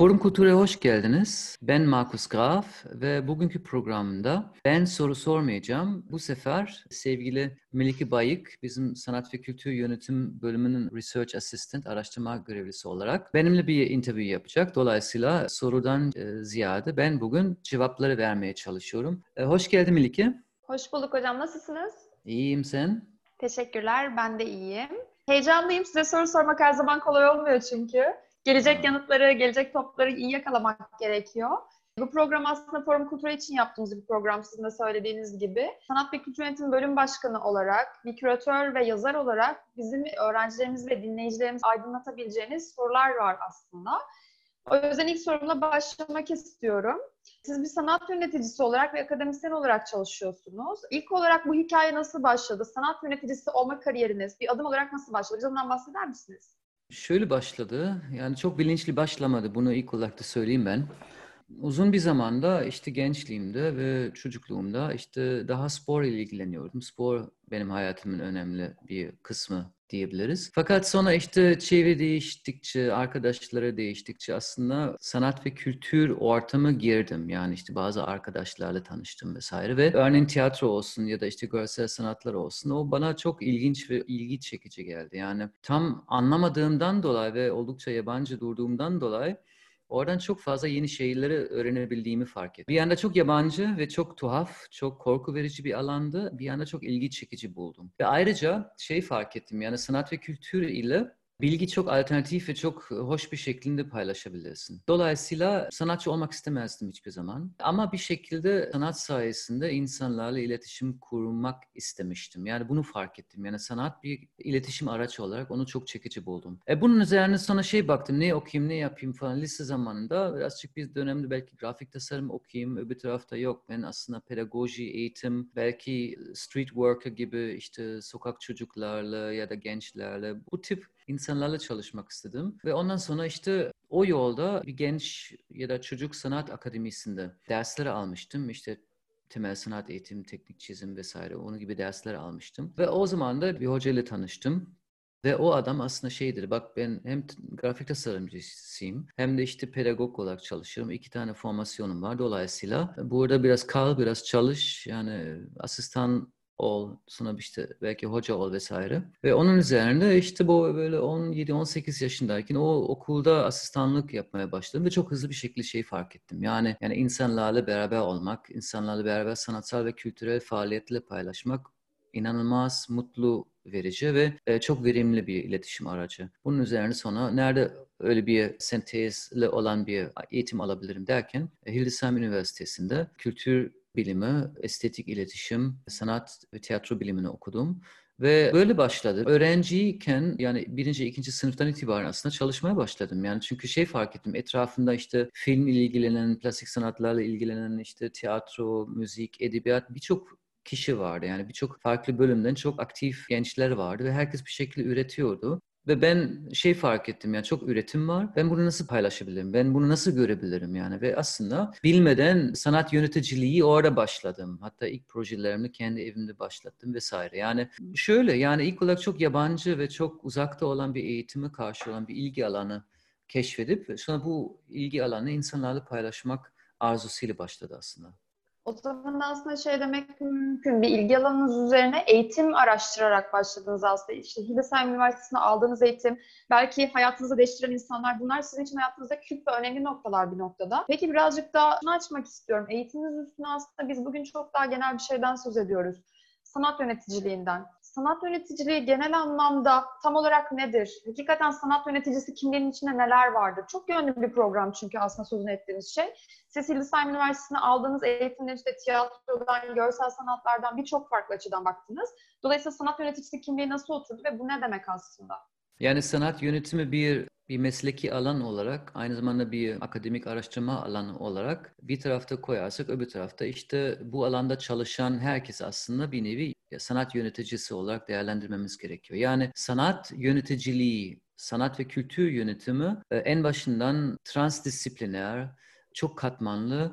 Forum Kultur'e hoş geldiniz. Ben Markus Graf ve bugünkü programda ben soru sormayacağım. Bu sefer sevgili Melike Bayık, bizim Sanat ve Kültür Yönetim Bölümünün Research Assistant, araştırma görevlisi olarak benimle bir interview yapacak. Dolayısıyla sorudan ziyade ben bugün cevapları vermeye çalışıyorum. Hoş geldin Melike. Hoş bulduk hocam. Nasılsınız? İyiyim, sen? Teşekkürler. Ben de iyiyim. Heyecanlıyım. Size soru sormak her zaman kolay olmuyor çünkü. Gelecek yanıtları, gelecek topları iyi yakalamak gerekiyor. Bu program aslında Forum Kultur için yaptığımız bir program, sizin de söylediğiniz gibi. Sanat ve Kültür Yönetimi Bölüm Başkanı olarak, bir küratör ve yazar olarak bizim öğrencilerimiz ve dinleyicilerimizi aydınlatabileceğiniz sorular var aslında. O yüzden ilk sorumla başlamak istiyorum. Siz bir sanat yöneticisi olarak ve akademisyen olarak çalışıyorsunuz. İlk olarak bu hikaye nasıl başladı? Sanat yöneticisi olma kariyeriniz bir adım olarak nasıl başladı? Bize ondan bahseder misiniz? Şöyle başladı, yani çok bilinçli başlamadı, bunu ilk olarak da söyleyeyim ben. Uzun bir zamanda işte gençliğimde ve çocukluğumda işte daha spor ile ilgileniyordum. Spor benim hayatımın önemli bir kısmı diyebiliriz. Fakat sonra işte çevre değiştikçe, arkadaşları değiştikçe aslında sanat ve kültür ortamı girdim. Yani işte bazı arkadaşlarla tanıştım vesaire ve örneğin tiyatro olsun ya da işte görsel sanatlar olsun, o bana çok ilginç ve ilgi çekici geldi. Yani tam anlamadığımdan dolayı ve oldukça yabancı durduğumdan dolayı oradan çok fazla yeni şeyleri öğrenebildiğimi fark ettim. Bir yanda çok yabancı ve çok tuhaf, çok korku verici bir alandı. Bir yanda çok ilgi çekici buldum. Ve ayrıca fark ettim, yani sanat ve kültür ile bilgi çok alternatif ve çok hoş bir şekilde paylaşabilirsin. Dolayısıyla sanatçı olmak istemezdim hiçbir zaman. Ama bir şekilde sanat sayesinde insanlarla iletişim kurmak istemiştim. Yani bunu fark ettim. Yani sanat bir iletişim aracı olarak onu çok çekici buldum. Bunun üzerine sonra baktım, ne okuyayım, ne yapayım falan. Lise zamanında birazcık bir dönemde belki grafik tasarım okuyayım. Öbür tarafta yok. Ben aslında pedagoji, eğitim, belki street worker gibi işte sokak çocuklarla ya da gençlerle bu tip insanlarla çalışmak istedim. Ve ondan sonra işte o yolda bir genç ya da çocuk sanat akademisinde dersleri almıştım. İşte temel sanat eğitim, teknik çizim vesaire onun gibi dersler almıştım. Ve o zaman da bir hocayla tanıştım. Ve o adam aslında dedi, bak ben hem grafik tasarımcısıyım hem de işte pedagog olarak çalışıyorum. 2 tane formasyonum var. Dolayısıyla burada biraz kal, biraz çalış. Yani asistan ol, sonra işte belki hoca ol vesaire. Ve onun üzerinde işte bu böyle 17-18 yaşındayken o okulda asistanlık yapmaya başladım ve çok hızlı bir şekilde fark ettim. Yani insanlarla beraber olmak, insanlarla beraber sanatsal ve kültürel faaliyetle paylaşmak inanılmaz mutlu verici ve çok verimli bir iletişim aracı. Bunun üzerine sonra nerede öyle bir sentezle olan bir eğitim alabilirim derken Hildesheim Üniversitesi'nde kültür bilimi, estetik iletişim, sanat ve tiyatro bilimini okudum. Ve böyle başladı. Öğrenciyken yani birinci, ikinci sınıftan itibaren aslında çalışmaya başladım. Yani çünkü fark ettim. Etrafında işte film ilgilenen, plastik sanatlarla ilgilenen, işte tiyatro, müzik, edebiyat birçok kişi vardı. Yani birçok farklı bölümden çok aktif gençler vardı ve herkes bir şekilde üretiyordu. Ve ben fark ettim, yani çok üretim var. Ben bunu nasıl paylaşabilirim? Ben bunu nasıl görebilirim yani? Ve aslında bilmeden sanat yöneticiliği orada başladım. Hatta ilk projelerimi kendi evimde başlattım vesaire. Yani yani ilk olarak çok yabancı ve çok uzakta olan bir eğitime karşı olan bir ilgi alanı keşfedip sonra bu ilgi alanı insanlarla paylaşmak arzusuyla başladı aslında. O zaman aslında demek mümkün. Bir ilgi alanınız üzerine eğitim araştırarak başladınız aslında. İşte Hildesheim Üniversitesi'nde aldığınız eğitim, belki hayatınızı değiştiren insanlar, bunlar sizin için hayatınızda küçük ve önemli noktalar bir noktada. Peki birazcık daha şunu açmak istiyorum. Eğitiminiz üstüne aslında biz bugün çok daha genel bir şeyden söz ediyoruz. Sanat yöneticiliğinden. Sanat yöneticiliği genel anlamda tam olarak nedir? Hakikaten sanat yöneticisi kimliğinin içinde neler vardır? Çok yönlü bir program çünkü aslında sözünü ettiğiniz şey. Siz Hildesheim Üniversitesi'nde aldığınız eğitimler işte tiyatrodan, görsel sanatlardan birçok farklı açıdan baktınız. Dolayısıyla sanat yöneticisi kimliği nasıl oturdu ve bu ne demek aslında? Yani sanat yönetimi bir mesleki alan olarak, aynı zamanda bir akademik araştırma alanı olarak bir tarafta koyarsak, öbür tarafta işte bu alanda çalışan herkes aslında bir nevi sanat yöneticisi olarak değerlendirmemiz gerekiyor. Yani sanat yöneticiliği, sanat ve kültür yönetimi en başından transdisipliner, çok katmanlı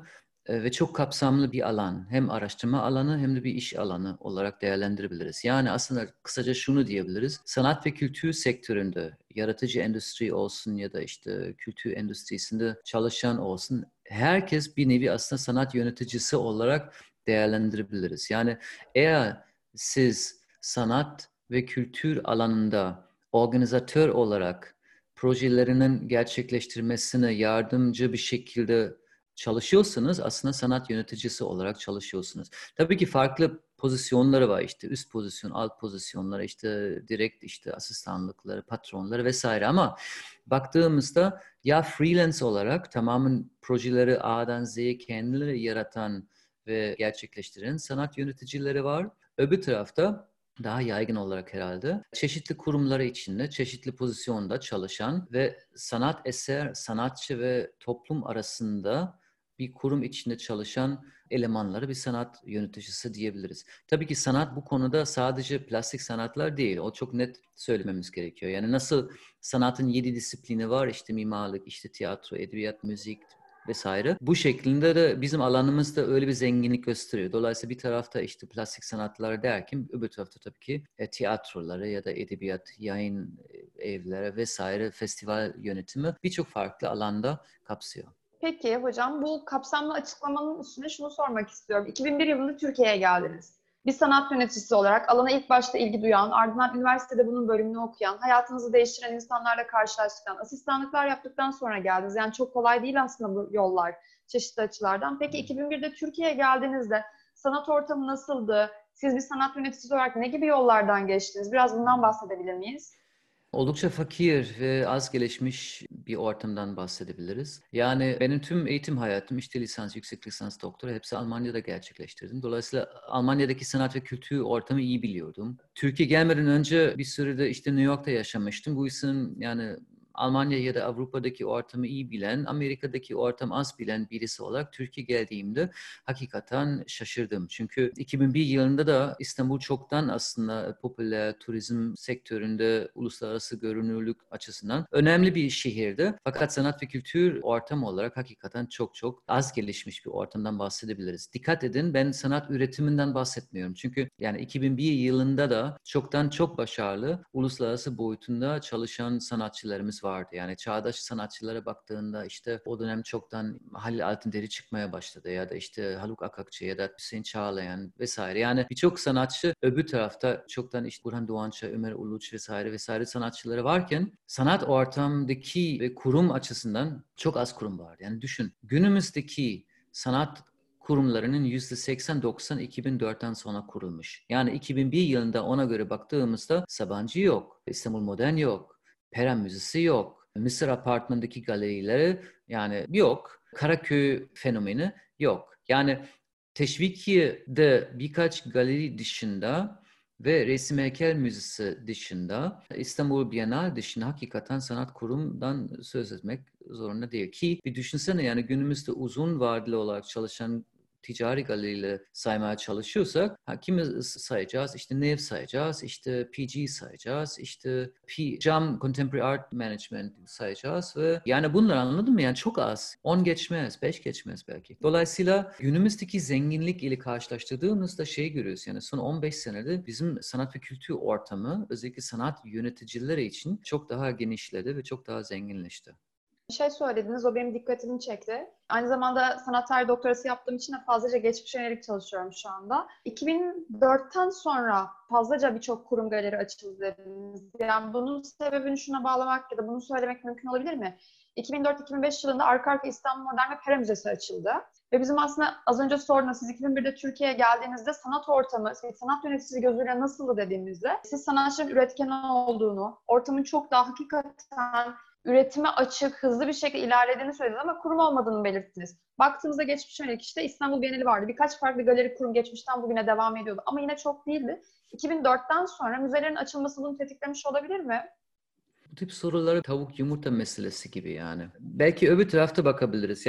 ve çok kapsamlı bir alan. Hem araştırma alanı hem de bir iş alanı olarak değerlendirebiliriz. Yani aslında kısaca şunu diyebiliriz. Sanat ve kültür sektöründe, yaratıcı endüstri olsun ya da işte kültür endüstrisinde çalışan olsun, herkes bir nevi aslında sanat yöneticisi olarak değerlendirebiliriz. Yani eğer siz sanat ve kültür alanında organizatör olarak projelerinin gerçekleştirmesine yardımcı bir şekilde çalışıyorsanız aslında sanat yöneticisi olarak çalışıyorsunuz. Tabii ki farklı pozisyonları var, işte üst pozisyon, alt pozisyonları, işte direkt işte asistanlıkları, patronları vesaire, ama baktığımızda ya freelance olarak tamamen projeleri A'dan Z'ye kendileri yaratan ve gerçekleştiren sanat yöneticileri var. Öbür tarafta daha yaygın olarak herhalde çeşitli kurumları içinde, çeşitli pozisyonda çalışan ve sanat eser, sanatçı ve toplum arasında bir kurum içinde çalışan elemanları bir sanat yöneticisi diyebiliriz. Tabii ki sanat bu konuda sadece plastik sanatlar değil. O çok net söylememiz gerekiyor. Yani nasıl sanatın 7 disiplini var, işte mimarlık, işte tiyatro, edebiyat, müzik vesaire. Bu şeklinde de bizim alanımızda öyle bir zenginlik gösteriyor. Dolayısıyla bir tarafta işte plastik sanatlar derken öbür tarafta tabii ki tiyatroları ya da edebiyat, yayın evleri vesaire, festival yönetimi birçok farklı alanda kapsıyor. Peki hocam, bu kapsamlı açıklamanın üstüne şunu sormak istiyorum. 2001 yılında Türkiye'ye geldiniz. Bir sanat yöneticisi olarak alana ilk başta ilgi duyan, ardından üniversitede bunun bölümünü okuyan, hayatınızı değiştiren insanlarla karşılaştıktan, asistanlıklar yaptıktan sonra geldiniz. Yani çok kolay değil aslında bu yollar çeşitli açılardan. Peki 2001'de Türkiye'ye geldiğinizde sanat ortamı nasıldı? Siz bir sanat yöneticisi olarak ne gibi yollardan geçtiniz? Biraz bundan bahsedebilir miyiz? Oldukça fakir ve az gelişmiş bir ortamdan bahsedebiliriz. Yani benim tüm eğitim hayatım, işte lisans, yüksek lisans, doktora hepsi Almanya'da gerçekleştirdim. Dolayısıyla Almanya'daki sanat ve kültür ortamı iyi biliyordum. Türkiye gelmeden önce bir sürede işte New York'ta yaşamıştım. Bu yüzden yani Almanya ya da Avrupa'daki ortamı iyi bilen, Amerika'daki ortamı az bilen birisi olarak Türkiye geldiğimde hakikaten şaşırdım. Çünkü 2001 yılında da İstanbul çoktan aslında popüler turizm sektöründe uluslararası görünürlük açısından önemli bir şehirdi. Fakat sanat ve kültür ortamı olarak hakikaten çok çok az gelişmiş bir ortamdan bahsedebiliriz. Dikkat edin, ben sanat üretiminden bahsetmiyorum. Çünkü yani 2001 yılında da çoktan çok başarılı uluslararası boyutunda çalışan sanatçılarımız vardı. Yani çağdaş sanatçılara baktığında işte o dönem çoktan Halil Altınderi çıkmaya başladı ya da işte Haluk Akakçı ya da Hüseyin Çağlayan vesaire. Yani birçok sanatçı öbür tarafta çoktan işte Burhan Doğança, Ömer Uluç vesaire vesaire sanatçıları varken sanat ortamdaki ve kurum açısından çok az kurum vardı. Yani düşün, günümüzdeki sanat kurumlarının %80-90 2004'ten sonra kurulmuş. Yani 2001 yılında ona göre baktığımızda Sabancı yok, İstanbul Modern yok, Pera Müzesi yok, Mısır Apartmanı'ndaki galerileri yani yok, Karaköy fenomeni yok. Yani Teşvikiye'de birkaç galeri dışında ve Resim Heykel Müzesi dışında İstanbul Bienal dışında hakikaten sanat kurumdan söz etmek zorunda değil. Ki bir düşünsene, yani günümüzde uzun vadeli olarak çalışan ticari galeriyle saymaya çalışıyorsak kimi sayacağız? İşte Nev sayacağız, işte PG sayacağız, işte Jam Contemporary Art Management sayacağız ve yani bunlar, anladın mı? Yani çok az. 10 geçmez, 5 geçmez belki. Dolayısıyla günümüzdeki zenginlik ile karşılaştırdığımızda şey görüyoruz. Yani son 15 senede bizim sanat ve kültür ortamı özellikle sanat yöneticileri için çok daha genişledi ve çok daha zenginleşti. Bir şey söylediniz, o benim dikkatimi çekti. Aynı zamanda sanat tarihi doktorası yaptığım için de fazlaca geçmişe yönelik çalışıyorum şu anda. 2004'ten sonra fazlaca birçok kurum galeri açıldı dediniz. Yani bunun sebebini şuna bağlamak ya da bunu söylemek mümkün olabilir mi? 2004-2005 yılında arka arka İstanbul Modern ve Pera Müzesi açıldı. Ve bizim aslında az önce sorduğunuz, siz 2001'de Türkiye'ye geldiğinizde sanat ortamı, sanat yöneticisi gözüyle nasıldı dediğimizde, siz sanatçının üretken olduğunu, ortamın çok daha hakikaten üretime açık, hızlı bir şekilde ilerlediğini söylediniz ama kurum olmadığını belirttiniz. Baktığımızda geçmişe yönelik işte İstanbul Bienali vardı. Birkaç farklı galeri kurum geçmişten bugüne devam ediyordu. Ama yine çok değildi. 2004'ten sonra müzelerin açılması bunu tetiklemiş olabilir mi? Bu tip soruları tavuk yumurta meselesi gibi yani. Belki öbür tarafta bakabiliriz. Yani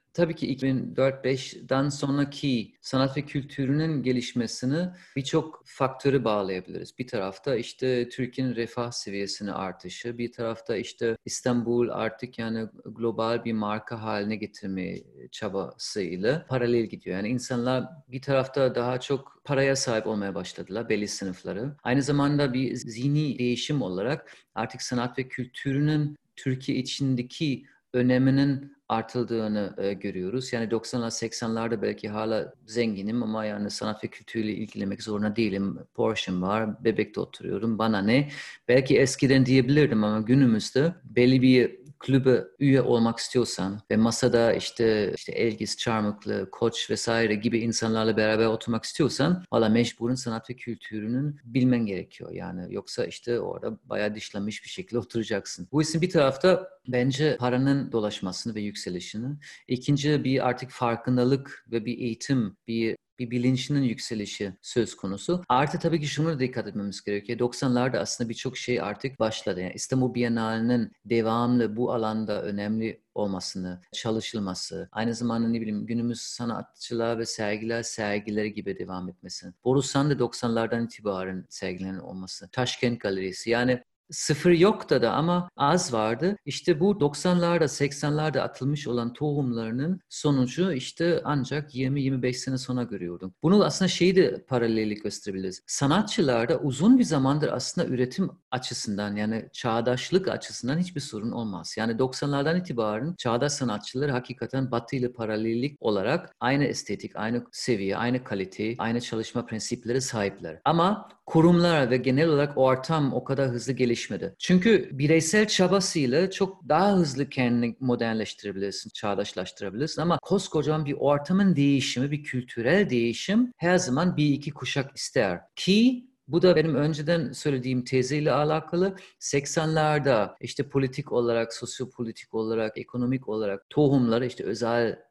Tabii ki 2004-5'den sonraki sanat ve kültürünün gelişmesini birçok faktörü bağlayabiliriz. Bir tarafta işte Türkiye'nin refah seviyesinin artışı, bir tarafta işte İstanbul artık yani global bir marka haline getirme çabasıyla paralel gidiyor. Yani insanlar bir tarafta daha çok paraya sahip olmaya başladılar, belli sınıfları. Aynı zamanda bir zihni değişim olarak artık sanat ve kültürünün Türkiye içindeki öneminin artıldığını görüyoruz. Yani 90'lar 80'lerde belki hala zenginim ama yani sanat ve kültürle ilgilenmek zorunda değilim. Porsche'm var, Bebek'te oturuyorum, bana ne? Belki eskiden diyebilirdim ama günümüzde belli bir kulübe üye olmak istiyorsan ve masada işte Elgis, Çarmıklı, Koç vesaire gibi insanlarla beraber oturmak istiyorsan valla mecburen sanat ve kültürünün bilmen gerekiyor. Yani yoksa işte orada bayağı dışlanmış bir şekilde oturacaksın. Bu işin bir tarafta bence paranın dolaşmasını ve yükselişini. İkinci bir artık farkındalık ve bir eğitim, bir bilinçinin yükselişi söz konusu. Artı tabii ki şunu da dikkat etmemiz gerekiyor. 90'larda aslında birçok şey artık başladı. Yani İstanbul Bienalinin devamlı bu alanda önemli olmasını, çalışılması, aynı zamanda ne bileyim günümüz sanatçılar ve sergileri gibi devam etmesi. Borusan da 90'lardan itibaren sergilerin olması. Taşkent Galerisi yani sıfır yok da ama az vardı. İşte bu 90'larda 80'lerde atılmış olan tohumlarının sonucu işte ancak 20-25 sene sonra görüyordum. Bunu aslında şeyi de paralellik gösterebiliriz. Sanatçılarda uzun bir zamandır aslında üretim açısından yani çağdaşlık açısından hiçbir sorun olmaz. Yani 90'lardan itibaren çağdaş sanatçılar hakikaten Batı ile paralellik olarak aynı estetik, aynı seviye, aynı kalite, aynı çalışma prensipleri sahipler. Ama kurumlar ve genel olarak ortam o kadar hızlı gelişmedi. Çünkü bireysel çabasıyla çok daha hızlı kendini modernleştirebilirsin, çağdaşlaştırabilirsin ama koskocaman bir ortamın değişimi, bir kültürel değişim her zaman bir iki kuşak ister. Ki bu da benim önceden söylediğim teziyle alakalı 80'lerde işte politik olarak, sosyopolitik olarak, ekonomik olarak tohumları işte özel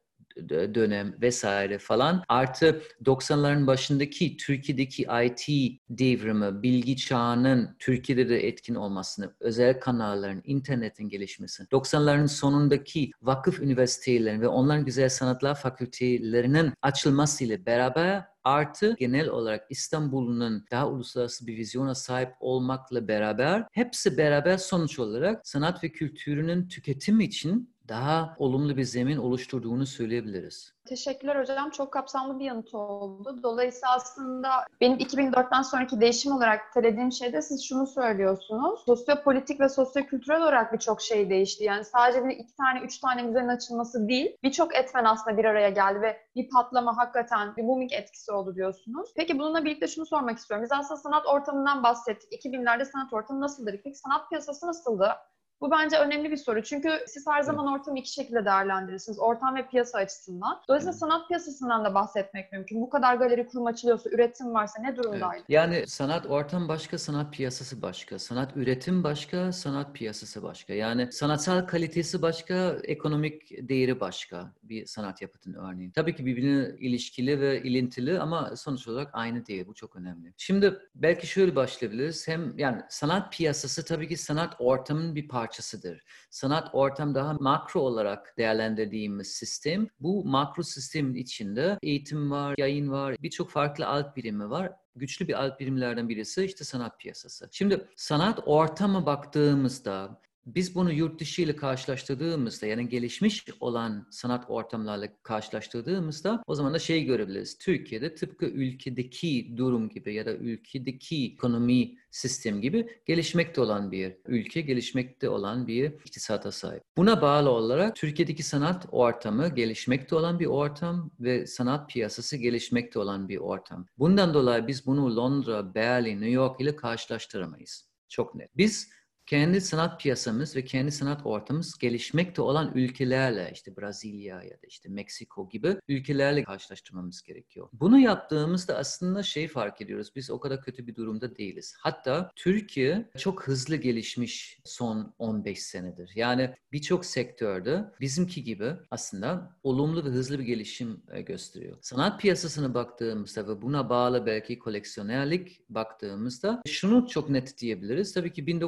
dönem vesaire falan. Artı 90'ların başındaki Türkiye'deki IT devrimi, bilgi çağının Türkiye'de de etkin olmasını, özel kanalların, internetin gelişmesi, 90'ların sonundaki vakıf üniversitelerin ve onların güzel sanatlar fakültelerinin açılmasıyla beraber artı genel olarak İstanbul'un daha uluslararası bir vizyona sahip olmakla beraber hepsi beraber sonuç olarak sanat ve kültürünün tüketim için daha olumlu bir zemin oluşturduğunu söyleyebiliriz. Teşekkürler hocam. Çok kapsamlı bir yanıt oldu. Dolayısıyla aslında benim 2004'ten sonraki değişim olarak söylediğim şeyde siz şunu söylüyorsunuz. Sosyopolitik ve sosyokültürel olarak birçok şey değişti. Yani sadece bir iki tane, üç tane müzenin açılması değil, birçok etmen aslında bir araya geldi ve bir patlama hakikaten bir booming etkisi oldu diyorsunuz. Peki bununla birlikte şunu sormak istiyorum. Biz aslında sanat ortamından bahsettik. 2000'lerde sanat ortamı nasıldır? Peki sanat piyasası nasıldı? Bu bence önemli bir soru. Çünkü siz her Evet. zaman ortamı iki şekilde değerlendirirsiniz. Ortam ve piyasa açısından. Dolayısıyla Evet. sanat piyasasından da bahsetmek mümkün. Bu kadar galeri kurum açılıyorsa, üretim varsa ne Evet. durumdaydı? Yani sanat ortam başka, sanat piyasası başka. Sanat üretim başka, sanat piyasası başka. Yani sanatsal kalitesi başka, ekonomik değeri başka bir sanat yapıtının örneğin. Tabii ki birbirine ilişkili ve ilintili ama sonuç olarak aynı değil. Bu çok önemli. Şimdi belki şöyle başlayabiliriz. Hem yani sanat piyasası tabii ki sanat ortamının bir parçasıdır. Sanat ortam daha makro olarak değerlendirdiğimiz sistem. Bu makro sistemin içinde eğitim var, yayın var, birçok farklı alt birimi var. Güçlü bir alt birimlerden birisi işte sanat piyasası. Şimdi sanat ortama baktığımızda biz bunu yurt dışı ile karşılaştırdığımızda yani gelişmiş olan sanat ortamlarla karşılaştırdığımızda o zaman da şey görebiliriz. Türkiye'de tıpkı ülkedeki durum gibi ya da ülkedeki ekonomi sistem gibi gelişmekte olan bir ülke, gelişmekte olan bir iktisata sahip. Buna bağlı olarak Türkiye'deki sanat ortamı gelişmekte olan bir ortam ve sanat piyasası gelişmekte olan bir ortam. Bundan dolayı biz bunu Londra, Berlin, New York ile karşılaştıramayız. Çok net. Biz kendi sanat piyasamız ve kendi sanat ortamımız gelişmekte olan ülkelerle işte Brezilya ya da işte Meksiko gibi ülkelerle karşılaştırmamız gerekiyor. Bunu yaptığımızda aslında şey fark ediyoruz. Biz o kadar kötü bir durumda değiliz. Hatta Türkiye çok hızlı gelişmiş son 15 senedir. Yani birçok sektörde bizimki gibi aslında olumlu ve hızlı bir gelişim gösteriyor. Sanat piyasasına baktığımızda ve buna bağlı belki koleksiyonerlik baktığımızda şunu çok net diyebiliriz. Tabii ki 1950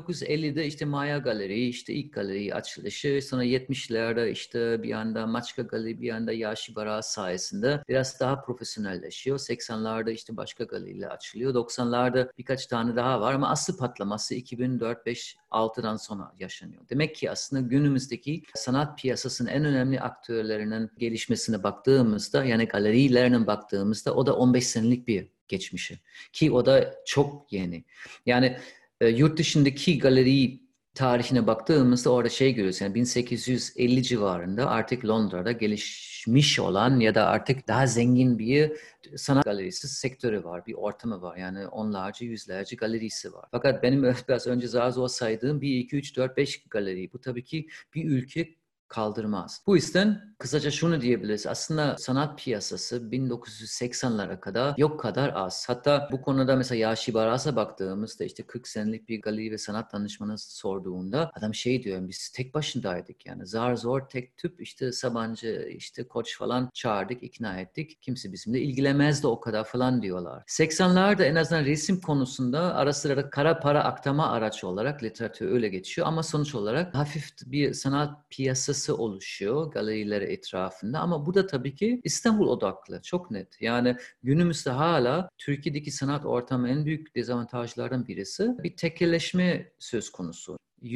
1950'de işte Maya Galeri, işte ilk galeri açılışı, sonra 70'lerde işte bir anda Maçka Galeri, bir anda Yashibara sayesinde biraz daha profesyonelleşiyor. 80'larda işte başka galeriler açılıyor. 90'larda birkaç tane daha var ama asıl patlaması 2004, 5, 6'dan sonra yaşanıyor. Demek ki aslında günümüzdeki sanat piyasasının en önemli aktörlerinin gelişmesine baktığımızda, yani galerilerine baktığımızda o da 15 senelik bir geçmişi. Ki o da çok yeni. Yani yurt dışındaki galeri tarihine baktığımızda orada şey görüyoruz. Yani 1850 civarında artık Londra'da gelişmiş olan ya da artık daha zengin bir sanat galerisi sektörü var. Bir ortamı var. Yani onlarca, yüzlerce galerisi var. Fakat benim biraz önce zar zor saydığım 1, 2, 3, 4, 5 galeri. Bu tabii ki bir ülke kaldırmaz. Bu yüzden kısaca şunu diyebiliriz. Aslında sanat piyasası 1980'lere kadar yok kadar az. Hatta bu konuda mesela Yashi Baras'a baktığımızda işte 40 senelik bir galeri ve sanat danışmanı sorduğunda adam şey diyor, biz tek başındaydık yani. Zar zor tek tüp işte Sabancı, işte Koç falan çağırdık, ikna ettik. Kimse bizimle ilgilenmezdi o kadar falan diyorlar. 80'lerde en azından resim konusunda ara sıra da kara para aklama araç olarak literatür öyle geçiyor ama sonuç olarak hafif bir sanat piyasası oluşuyor galeriler etrafında ama bu da tabii ki İstanbul odaklı, çok net. Yani günümüzde hala Türkiye'deki sanat ortamı en büyük dezavantajlardan birisi bir tekelleşme söz konusu.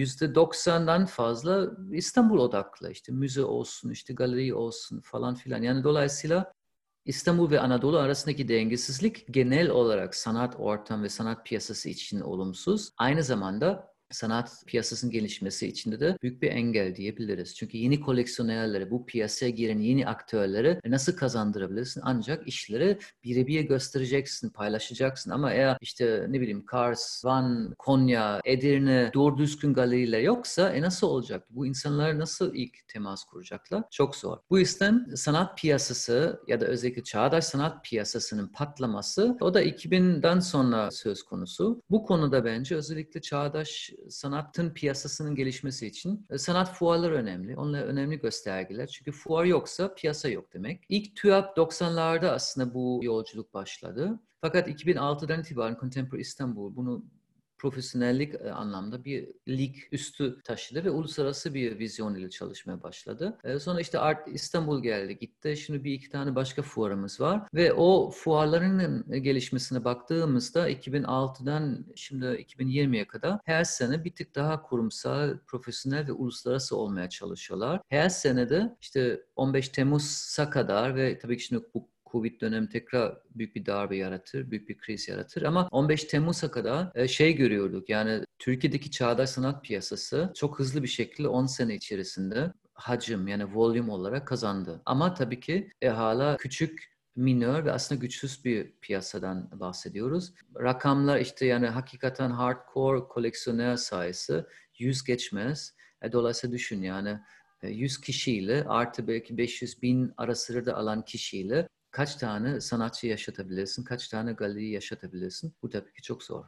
%90'dan fazla İstanbul odaklı, işte müze olsun, işte galeri olsun falan filan. Yani dolayısıyla İstanbul ve Anadolu arasındaki dengesizlik genel olarak sanat ortam ve sanat piyasası için olumsuz. Aynı zamanda sanat piyasasının gelişmesi içinde de büyük bir engel diyebiliriz. Çünkü yeni koleksiyonerlere, bu piyasaya giren yeni aktörlere nasıl kazandırabilirsin? Ancak işleri birebir göstereceksin, paylaşacaksın. Ama eğer işte ne bileyim Kars, Van, Konya, Edirne doğru düzgün galeriler yoksa nasıl olacak? Bu insanlar nasıl ilk temas kuracaklar? Çok zor. Bu yüzden sanat piyasası ya da özellikle çağdaş sanat piyasasının patlaması o da 2000'den sonra söz konusu. Bu konuda bence özellikle çağdaş sanatın piyasasının gelişmesi için sanat fuarları önemli. Onlar önemli göstergeler. Çünkü fuar yoksa piyasa yok demek. İlk TÜYAP 90'larda aslında bu yolculuk başladı. Fakat 2006'dan itibaren Contemporary İstanbul bunu profesyonellik anlamda bir lig üstü taşıdı ve uluslararası bir vizyon ile çalışmaya başladı. Sonra işte Art İstanbul geldi gitti. Şimdi bir iki tane başka fuarımız var ve o fuarların gelişmesine baktığımızda 2006'dan şimdi 2020'ye kadar her sene bir tık daha kurumsal, profesyonel ve uluslararası olmaya çalışıyorlar. Her sene de işte 15 Temmuz'a kadar ve tabii ki şimdi bu Covid dönemi tekrar büyük bir darbe yaratır, büyük bir kriz yaratır. Ama 15 Temmuz'a kadar şey görüyorduk. Yani Türkiye'deki çağdaş sanat piyasası çok hızlı bir şekilde 10 sene içerisinde hacim yani volume olarak kazandı. Ama tabii ki hala küçük, minör ve aslında güçsüz bir piyasadan bahsediyoruz. Rakamlar işte yani hakikaten hardcore koleksiyoner sayısı 100 geçmez. Dolayısıyla düşün yani 100 kişiyle artı belki 500 bin ara sırada alan kişiyle kaç tane sanatçı yaşatabilirsin, kaç tane galeri yaşatabilirsin? Bu tabii ki çok zor.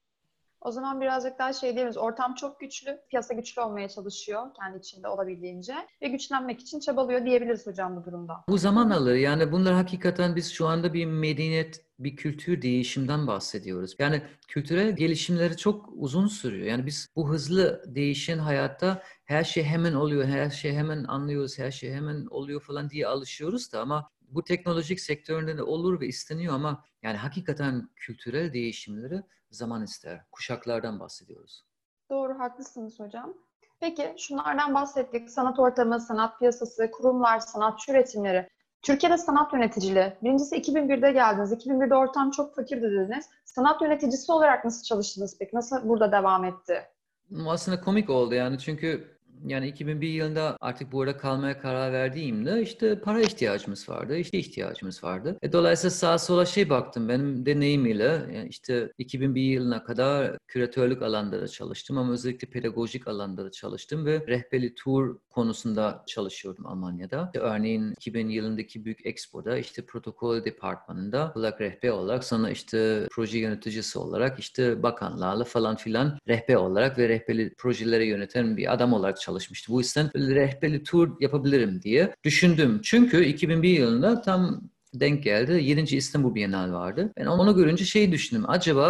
O zaman birazcık daha şey diyebiliriz. Ortam çok güçlü, piyasa güçlü olmaya çalışıyor kendi içinde olabildiğince ve güçlenmek için çabalıyor diyebiliriz hocam bu durumda. Bu zaman alır. Yani bunlar hakikaten biz şu anda bir medeniyet, bir kültür değişimden bahsediyoruz. Yani kültürel gelişimleri çok uzun sürüyor. Yani biz bu hızlı değişen hayatta her şey hemen oluyor, her şey hemen anlıyoruz, her şey hemen oluyor falan diye alışıyoruz da ama bu teknolojik sektöründe de olur ve isteniyor ama yani hakikaten kültürel değişimleri zaman ister. Kuşaklardan bahsediyoruz. Doğru, haklısınız hocam. Peki şunlardan bahsettik. Sanat ortamı, sanat piyasası, kurumlar, sanatçı üretimleri. Türkiye'de sanat yöneticiliği. Birincisi 2001'de geldiniz. 2001'de ortam çok fakirdi dediniz. Sanat yöneticisi olarak nasıl çalıştınız peki? Nasıl burada devam etti? Aslında komik oldu yani çünkü yani 2001 yılında artık burada kalmaya karar verdiğimde işte para ihtiyacımız vardı, işte ihtiyacımız vardı. Dolayısıyla sağa sola şey baktım benim deneyimiyle yani işte 2001 yılına kadar küratörlük alanında da çalıştım ama özellikle pedagojik alanda da çalıştım ve rehberli tur konusunda çalışıyordum Almanya'da. İşte örneğin 2000 yılındaki büyük Expo'da işte protokol departmanında olarak rehber olarak sonra işte proje yöneticisi olarak işte bakanlarla falan filan rehber olarak ve rehberli projeleri yöneten bir adam olarak çalışmıştı. Bu yüzden böyle rehberli tur yapabilirim diye düşündüm. Çünkü 2001 yılında tam denk geldi. 7. İstanbul Bienal vardı. Ben onu görünce şey düşündüm. Acaba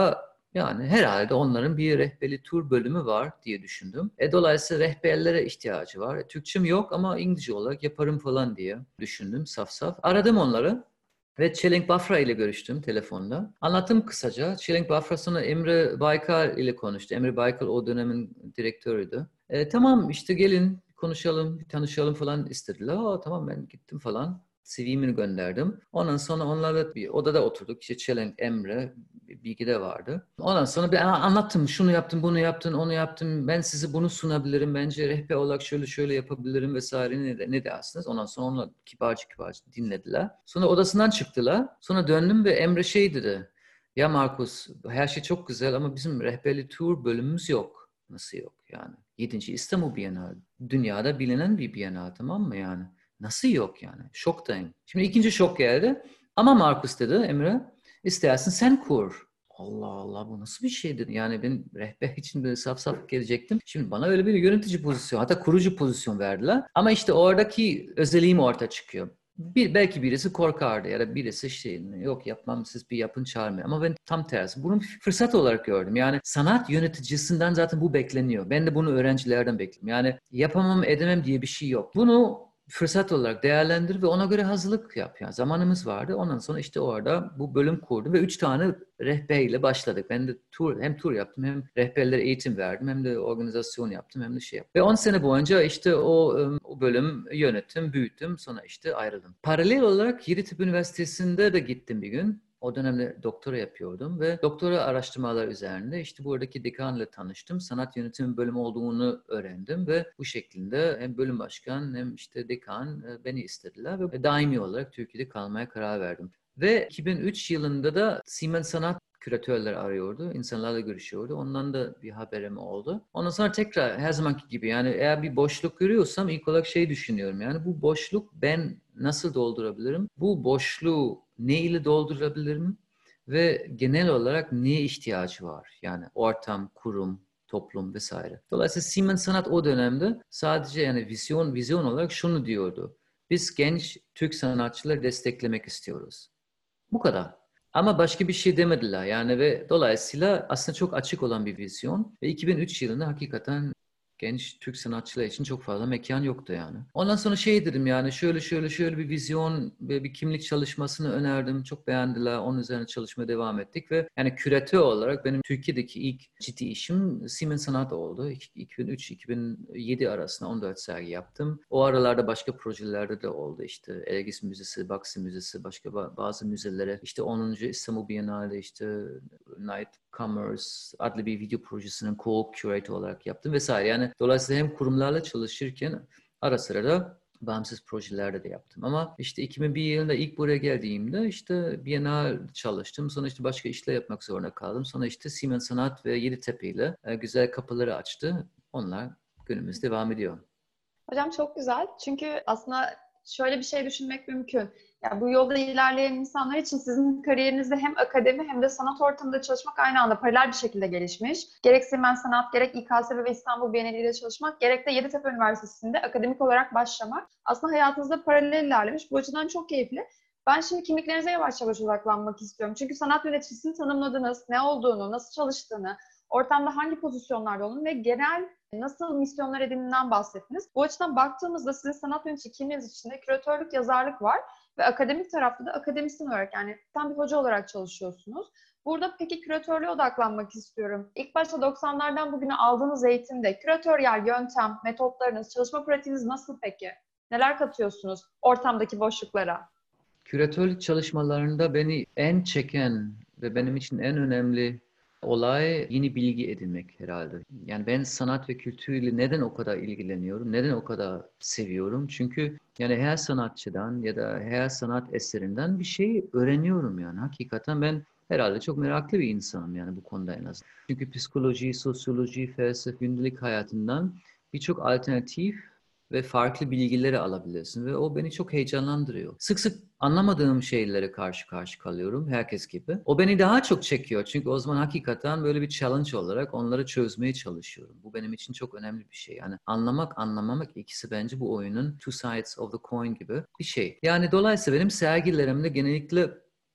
Yani herhalde onların bir rehberli tur bölümü var diye düşündüm. Dolayısıyla rehberlere ihtiyacı var. Türkçem yok ama İngilizce olarak yaparım falan diye düşündüm saf saf. Aradım onları. Ve Çelenk Bafra ile görüştüm telefonda. Anlattım kısaca. Çelenk Bafra sonra Emre Baykal ile konuştu. Emre Baykal o dönemin direktörüydü. Tamam işte gelin konuşalım, tanışalım falan istediler. Tamam ben gittim falan. CV'mi gönderdim. Ondan sonra onlarla bir odada oturduk. İşte Çelenk, Emre, Bilgi de vardı. Ondan sonra bir anlattım. Şunu yaptım, bunu yaptın, onu yaptım. Ben size bunu sunabilirim. Bence rehber olarak şöyle şöyle yapabilirim vesaire. Ne dersiniz? Ondan sonra onlar kibarca dinlediler. Sonra odasından çıktılar. Sonra döndüm ve Emre şey dedi. Ya Markus, her şey çok güzel ama bizim rehberli tur bölümümüz yok. Nasıl yok yani? 7. İstanbul Bienali. Dünyada bilinen bir Bienal, tamam mı yani? Nasıl yok yani? Şoktayım. Şimdi ikinci şok geldi. Ama Markus dedi Emre, istersen sen kur. Allah Allah, bu nasıl bir şeydir? Yani ben rehber için böyle saf saf gelecektim. Şimdi bana öyle bir yönetici pozisyon, hatta kurucu pozisyon verdiler. Ama işte oradaki özelliğim ortaya çıkıyor. Belki birisi korkardı ya da birisi şey yok yapmam, siz bir yapın, çağırmayın. Ama ben tam tersi. Bunu bir fırsat olarak gördüm. Yani sanat yöneticisinden zaten bu bekleniyor. Ben de bunu öğrencilerden bekliyorum. Yani yapamam edemem diye bir şey yok. Bunu fırsat olarak değerlendir ve ona göre hazırlık yap. Yani zamanımız vardı. Ondan sonra işte orada bu bölüm kurdum ve 3 tane rehberle başladık. Ben de hem tur yaptım, hem rehberlere eğitim verdim, hem de organizasyon yaptım, hem de şey yaptım. Ve 10 sene boyunca işte o bölüm yönettim, büyüttüm. Sonra işte ayrıldım. Paralel olarak Yeditepe Üniversitesi'nde de gittim bir gün. O dönemde doktora yapıyordum ve doktora araştırmalar üzerinde işte buradaki dekanla tanıştım. Sanat yönetimi bölümü olduğunu öğrendim ve bu şekilde hem bölüm başkan hem işte dekan beni istediler ve daimi olarak Türkiye'de kalmaya karar verdim. Ve 2003 yılında da Siemens Sanat küratörler arıyordu. İnsanlarla görüşüyordu. Ondan da bir haberim oldu. Ondan sonra tekrar her zamanki gibi yani eğer bir boşluk görüyorsam ilk olarak şey düşünüyorum. Yani bu boşluk ben nasıl doldurabilirim? Bu boşluğu ne ile doldurabilirim? Ve genel olarak neye ihtiyacı var? Yani ortam, kurum, toplum vesaire. Dolayısıyla Siemens Sanat o dönemde sadece yani vizyon olarak şunu diyordu. Biz genç Türk sanatçıları desteklemek istiyoruz. Bu kadar. Ama başka bir şey demediler yani ve dolayısıyla aslında çok açık olan bir vizyon. Ve 2003 yılında hakikaten genç Türk sanatçılar için çok fazla mekan yoktu yani. Ondan sonra şey dedim yani şöyle bir vizyon ve bir kimlik çalışmasını önerdim. Çok beğendiler. Onun üzerine çalışmaya devam ettik ve yani küratör olarak benim Türkiye'deki ilk ciddi işim Siemens Sanat oldu. 2003-2007 arasında 14 sergi yaptım. O aralarda başka projelerde de oldu işte. Ergis Müzesi, Baksı Müzesi, başka bazı müzelere işte 10. İstanbul Bienali işte Night Commerce adlı bir video projesinin co-curator olarak yaptım vesaire. Yani dolayısıyla hem kurumlarla çalışırken ara sıra da bağımsız projelerde de yaptım. Ama işte 2001 yılında ilk buraya geldiğimde işte Biennale çalıştım. Sonra işte başka işler yapmak zorunda kaldım. Sonra işte Siemens Sanat ve Yeditepe ile güzel kapıları açtı. Onlar günümüz devam ediyor. Hocam çok güzel. Çünkü aslında şöyle bir şey düşünmek mümkün. Yani bu yolda ilerleyen insanlar için sizin kariyerinizde hem akademi hem de sanat ortamında çalışmak aynı anda paralel bir şekilde gelişmiş. Gerek Siemens Sanat, gerek İKSV ve İstanbul Bienali'de çalışmak, gerek de Yeditepe Üniversitesi'nde akademik olarak başlamak aslında hayatınızda paralel ilerlemiş. Bu açıdan çok keyifli. Ben şimdi kimliklerinize yavaş yavaş odaklanmak istiyorum. Çünkü sanat yöneticisini tanımladınız, ne olduğunu, nasıl çalıştığını, ortamda hangi pozisyonlarda olduğunu ve genel nasıl misyonlar edindiğinden bahsettiniz. Bu açıdan baktığımızda sizin sanat yönetici kimliğiniz içinde küratörlük, yazarlık var ve akademik tarafta da akademisyen olarak yani tam bir hoca olarak çalışıyorsunuz. Burada peki küratörlüğe odaklanmak istiyorum. İlk başta 90'lardan bugüne aldığınız eğitimde küratöryel yöntem, metotlarınız, çalışma pratiğiniz nasıl peki? Neler katıyorsunuz ortamdaki boşluklara? Küratörlük çalışmalarında beni en çeken ve benim için en önemli olay yeni bilgi edinmek herhalde. Yani ben sanat ve kültürle neden o kadar ilgileniyorum, neden o kadar seviyorum? Çünkü yani her sanatçıdan ya da her sanat eserinden bir şey öğreniyorum yani. Hakikaten ben herhalde çok meraklı bir insanım yani bu konuda en azından. Çünkü psikoloji, sosyoloji, felsefe, gündelik hayatından birçok alternatif ve farklı bilgileri alabilirsin ve o beni çok heyecanlandırıyor. Sık sık anlamadığım şeylere karşı karşı kalıyorum herkes gibi. O beni daha çok çekiyor çünkü o zaman hakikaten böyle bir challenge olarak onları çözmeye çalışıyorum. Bu benim için çok önemli bir şey. Yani anlamak, anlamamak ikisi bence bu oyunun two sides of the coin gibi bir şey. Yani dolayısıyla benim sergilerimde genellikle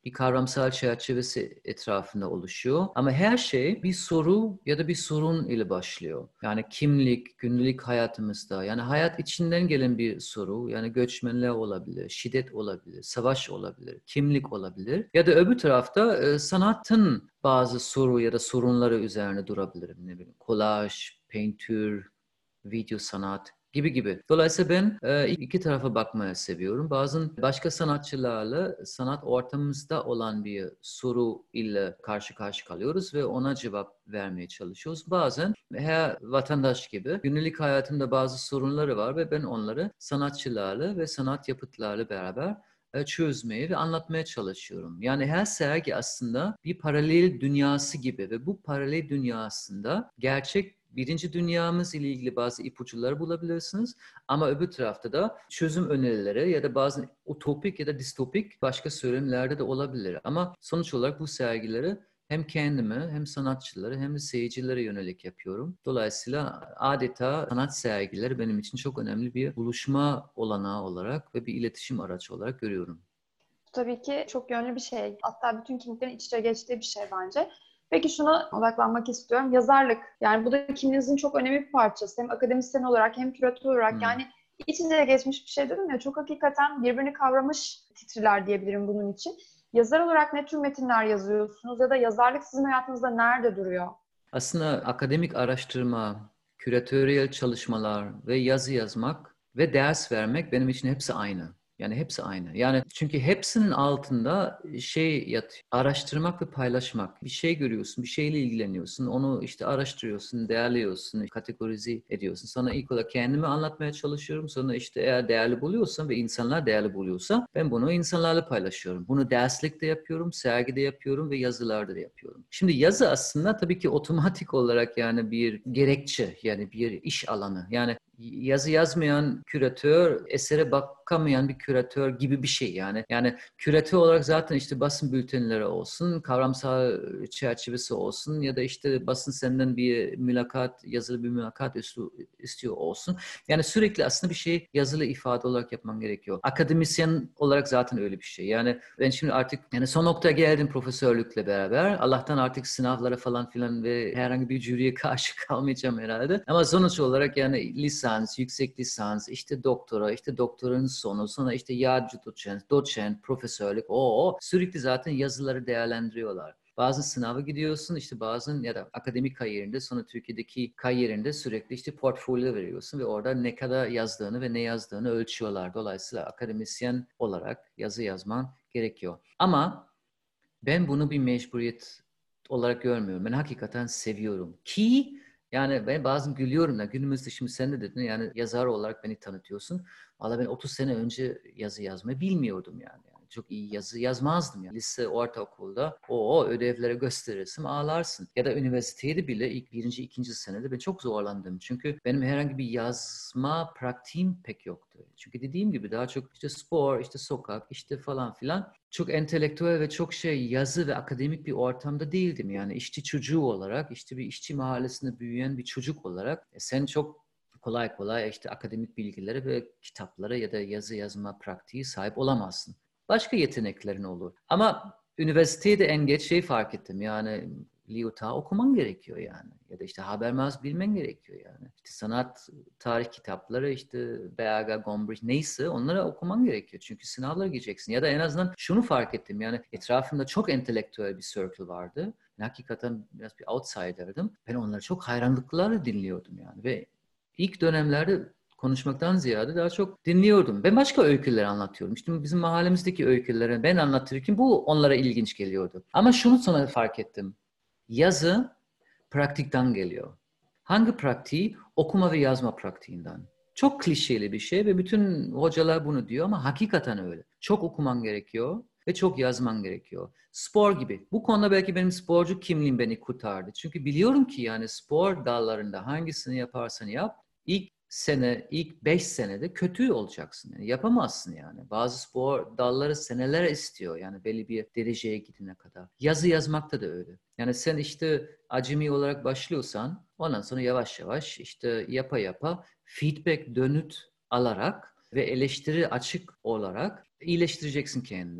bir kavramsal çerçevesi etrafında oluşuyor. Ama her şey bir soru ya da bir sorun ile başlıyor. Yani kimlik, günlük hayatımızda, yani hayat içinden gelen bir soru, yani göçmenler olabilir, şiddet olabilir, savaş olabilir, kimlik olabilir. Ya da öbür tarafta sanatın bazı soru ya da sorunları üzerine durabilirim. Ne bileyim, kolaj, peintür, video sanat gibi gibi. Dolayısıyla ben iki tarafa bakmayı seviyorum. Bazen başka sanatçılarla sanat ortamımızda olan bir soru ile karşı karşı kalıyoruz ve ona cevap vermeye çalışıyoruz. Bazen her vatandaş gibi günlük hayatımda bazı sorunları var ve ben onları sanatçılarla ve sanat yapıtlarla beraber çözmeye ve anlatmaya çalışıyorum. Yani her sergi aslında bir paralel dünyası gibi ve bu paralel dünyasında gerçek birinci dünyamız ile ilgili bazı ipuçları bulabilirsiniz. Ama öbür tarafta da çözüm önerileri ya da bazı utopik ya da distopik başka söylemlerde de olabilir. Ama sonuç olarak bu sergileri hem kendime hem sanatçılara hem de seyircilere yönelik yapıyorum. Dolayısıyla adeta sanat sergileri benim için çok önemli bir buluşma olanağı olarak ve bir iletişim aracı olarak görüyorum. Tabii ki çok yönlü bir şey. Hatta bütün kimliklerin iç içe geçtiği bir şey bence. Peki şuna odaklanmak istiyorum. Yazarlık. Yani bu da kimliğinizin çok önemli bir parçası. Hem akademisyen olarak hem küratör olarak. Hmm. Yani iç içe geçmiş bir şey dedim ya. Çok hakikaten birbirini kavramış titriler diyebilirim bunun için. Yazar olarak ne tür metinler yazıyorsunuz? Ya da yazarlık sizin hayatınızda nerede duruyor? Aslında akademik araştırma, küratöryel çalışmalar ve yazı yazmak ve ders vermek benim için hepsi aynı. Yani hepsi aynı. Yani çünkü hepsinin altında şey yatıyor. Araştırmak ve paylaşmak. Bir şey görüyorsun, bir şeyle ilgileniyorsun. Onu işte araştırıyorsun, değerliyorsun, kategorize ediyorsun. Sana ilk olarak kendimi anlatmaya çalışıyorum. Sonra işte eğer değerli buluyorsam ve insanlar değerli buluyorsa ben bunu insanlarla paylaşıyorum. Bunu derslikte yapıyorum, sergide yapıyorum ve yazılarda da yapıyorum. Şimdi yazı aslında tabii ki otomatik olarak yani bir gerekçe, yani bir iş alanı. Yani yazı yazmayan küratör, esere bakamayan bir küratör gibi bir şey yani. Yani küratör olarak zaten işte basın bültenleri olsun, kavramsal çerçevesi olsun ya da işte basın senden bir mülakat, yazılı bir mülakat istiyor olsun. Yani sürekli aslında bir şey yazılı ifade olarak yapman gerekiyor. Akademisyen olarak zaten öyle bir şey. Yani ben şimdi artık yani son noktaya geldim profesörlükle beraber. Allah'tan artık sınavlara falan filan ve herhangi bir jüriye karşı kalmayacağım herhalde. Ama sonuç olarak yani lisans, yüksek lisans, işte doktora, işte doktoranın sonu, sonra işte yardımcı doçent, profesörlük. O sürekli zaten yazıları değerlendiriyorlar. Bazen sınava gidiyorsun işte bazen ya da akademik kariyerinde sonra Türkiye'deki kariyerinde sürekli işte portfolyo veriyorsun ve orada ne kadar yazdığını ve ne yazdığını ölçüyorlar. Dolayısıyla akademisyen olarak yazı yazman gerekiyor. Ama ben bunu bir mecburiyet olarak görmüyorum. Ben hakikaten seviyorum. Ki yani ben bazen gülüyorum da günümüzde şimdi sen de dedin yani yazar olarak beni tanıtıyorsun. Valla ben 30 sene önce yazı yazmayı bilmiyordum yani. Yani çok iyi yazı yazmazdım yani. Lise, ortaokulda o ödevlere gösterirsin ağlarsın. Ya da üniversitede bile ilk birinci, ikinci senede ben çok zorlandım. Çünkü benim herhangi bir yazma praktiğim pek yoktu. Çünkü dediğim gibi daha çok işte spor, işte sokak, işte falan filan çok entelektüel ve çok şey yazı ve akademik bir ortamda değildim. Yani işçi çocuğu olarak, işte bir işçi mahallesinde büyüyen bir çocuk olarak sen çok kolay kolay işte akademik bilgilere ve kitaplara ya da yazı yazma pratiği sahip olamazsın. Başka yeteneklerin olur. Ama üniversitede en geç şey fark ettim. Yani Lyotard okuman gerekiyor yani. Ya da işte Habermas bilmen gerekiyor yani. İşte sanat, tarih kitapları işte Berger, Gombrich neyse onları okuman gerekiyor. Çünkü sınavlara gireceksin. Ya da en azından şunu fark ettim. Yani etrafımda çok entelektüel bir circle vardı. Hakikaten biraz bir outsider'dım. Ben onları çok hayranlıklarla dinliyordum yani. Ve ilk dönemlerde konuşmaktan ziyade daha çok dinliyordum. Ben başka öyküler anlatıyorum. İşte bizim mahallemizdeki öyküleri ben anlatırken bu onlara ilginç geliyordu. Ama şunu sonra fark ettim. Yazı praktikten geliyor. Hangi pratiği? Okuma ve yazma praktiğinden. Çok klişeli bir şey ve bütün hocalar bunu diyor ama hakikaten öyle. Çok okuman gerekiyor ve çok yazman gerekiyor. Spor gibi. Bu konuda belki benim sporcu kimliğim beni kurtardı. Çünkü biliyorum ki yani spor dallarında hangisini yaparsan yap, ilk sene, ilk 5 senede kötü olacaksın. Yani yapamazsın yani. Bazı spor dalları seneler istiyor yani belli bir dereceye gidene kadar. Yazı yazmakta da öyle. Yani sen işte acemi olarak başlıyorsan ondan sonra yavaş yavaş işte yapa yapa feedback dönüt alarak ve eleştiri açık olarak iyileştireceksin kendini.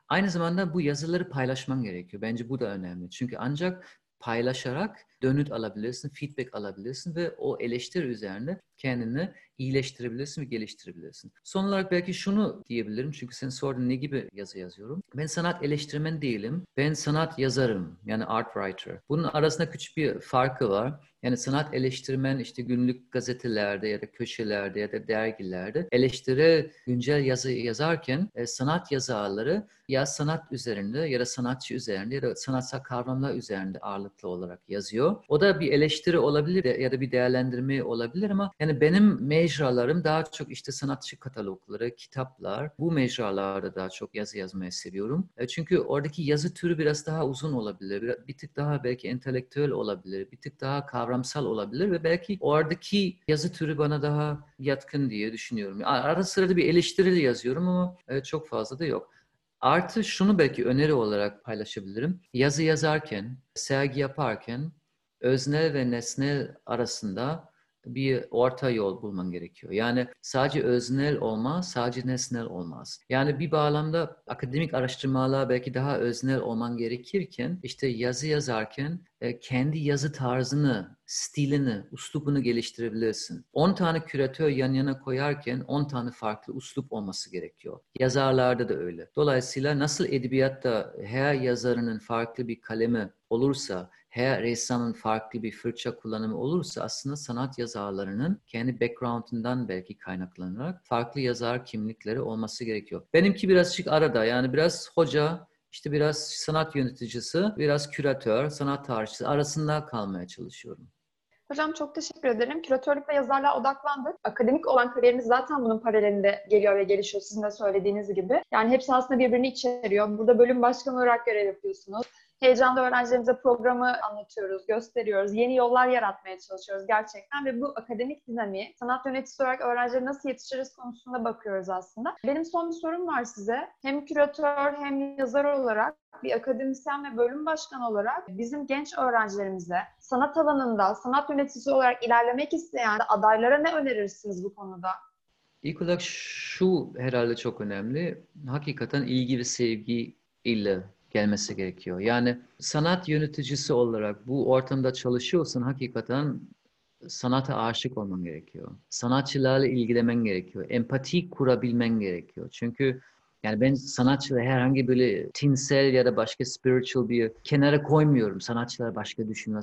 Aynı zamanda bu yazıları paylaşman gerekiyor. Bence bu da önemli. Çünkü ancak paylaşarak dönüt alabilirsin, feedback alabilirsin ve o eleştiri üzerine kendini iyileştirebilirsin ve geliştirebilirsin. Son olarak belki şunu diyebilirim. Çünkü sen sordun ne gibi yazı yazıyorum. Ben sanat eleştirmen değilim. Ben sanat yazarım. Yani art writer. Bunun arasında küçük bir farkı var. Yani sanat eleştirmen işte günlük gazetelerde ya da köşelerde ya da dergilerde eleştiri güncel yazı yazarken sanat yazarları ya sanat üzerinde ya da sanatçı üzerinde ya da sanatsal kavramlar üzerinde ağırlıklı olarak yazıyor. O da bir eleştiri olabilir ya da bir değerlendirme olabilir ama yani benim mecralarım daha çok işte sanatçı katalogları, kitaplar. Bu mecralarda daha çok yazı yazmayı seviyorum. Çünkü oradaki yazı türü biraz daha uzun olabilir. Bir tık daha belki entelektüel olabilir. Bir tık daha kavramsal olabilir ve belki oradaki yazı türü bana daha yatkın diye düşünüyorum. Ara sırada bir eleştirili yazıyorum ama çok fazla da yok. Artı şunu belki öneri olarak paylaşabilirim. Yazı yazarken, sergi yaparken öznel ve nesnel arasında bir orta yol bulman gerekiyor. Yani sadece öznel olmaz, sadece nesnel olmaz. Yani bir bağlamda akademik araştırmalar belki daha öznel olman gerekirken işte yazı yazarken kendi yazı tarzını, stilini, üslubunu geliştirebilirsin. 10 tane küratör yan yana koyarken 10 tane farklı üslup olması gerekiyor. Yazarlarda da öyle. Dolayısıyla nasıl edebiyatta her yazarının farklı bir kalemi olursa, her ressamın farklı bir fırça kullanımı olursa aslında sanat yazarlarının kendi background'undan belki kaynaklanarak farklı yazar kimlikleri olması gerekiyor. Benimki birazcık arada yani biraz hoca, işte biraz sanat yöneticisi, biraz küratör, sanat tarihçisi arasında kalmaya çalışıyorum. Hocam çok teşekkür ederim. Küratörlük ve yazarlığa odaklandık. Akademik olan kariyeriniz zaten bunun paralelinde geliyor ve gelişiyor sizin de söylediğiniz gibi. Yani hepsi aslında birbirini içeriyor. Burada bölüm başkanı olarak görev yapıyorsunuz. Heyecanlı öğrencilerimize programı anlatıyoruz, gösteriyoruz. Yeni yollar yaratmaya çalışıyoruz gerçekten ve bu akademik dinamiği sanat yöneticisi olarak öğrencilere nasıl yetiştiririz konusunda bakıyoruz aslında. Benim son bir sorum var size. Hem küratör hem yazar olarak bir akademisyen ve bölüm başkanı olarak bizim genç öğrencilerimize sanat alanında sanat yöneticisi olarak ilerlemek isteyen adaylara ne önerirsiniz bu konuda? İlk olarak şu herhalde çok önemli. Hakikaten ilgi ve sevgi ile gelmesi gerekiyor. Yani sanat yöneticisi olarak bu ortamda çalışıyorsan hakikaten sanata aşık olman gerekiyor. Sanatçılarla ilgilenmen gerekiyor. Empati kurabilmen gerekiyor. Çünkü yani ben sanatçıları herhangi böyle tinsel ya da başka spiritual bir kenara koymuyorum. Sanatçılar başka düşünüyor.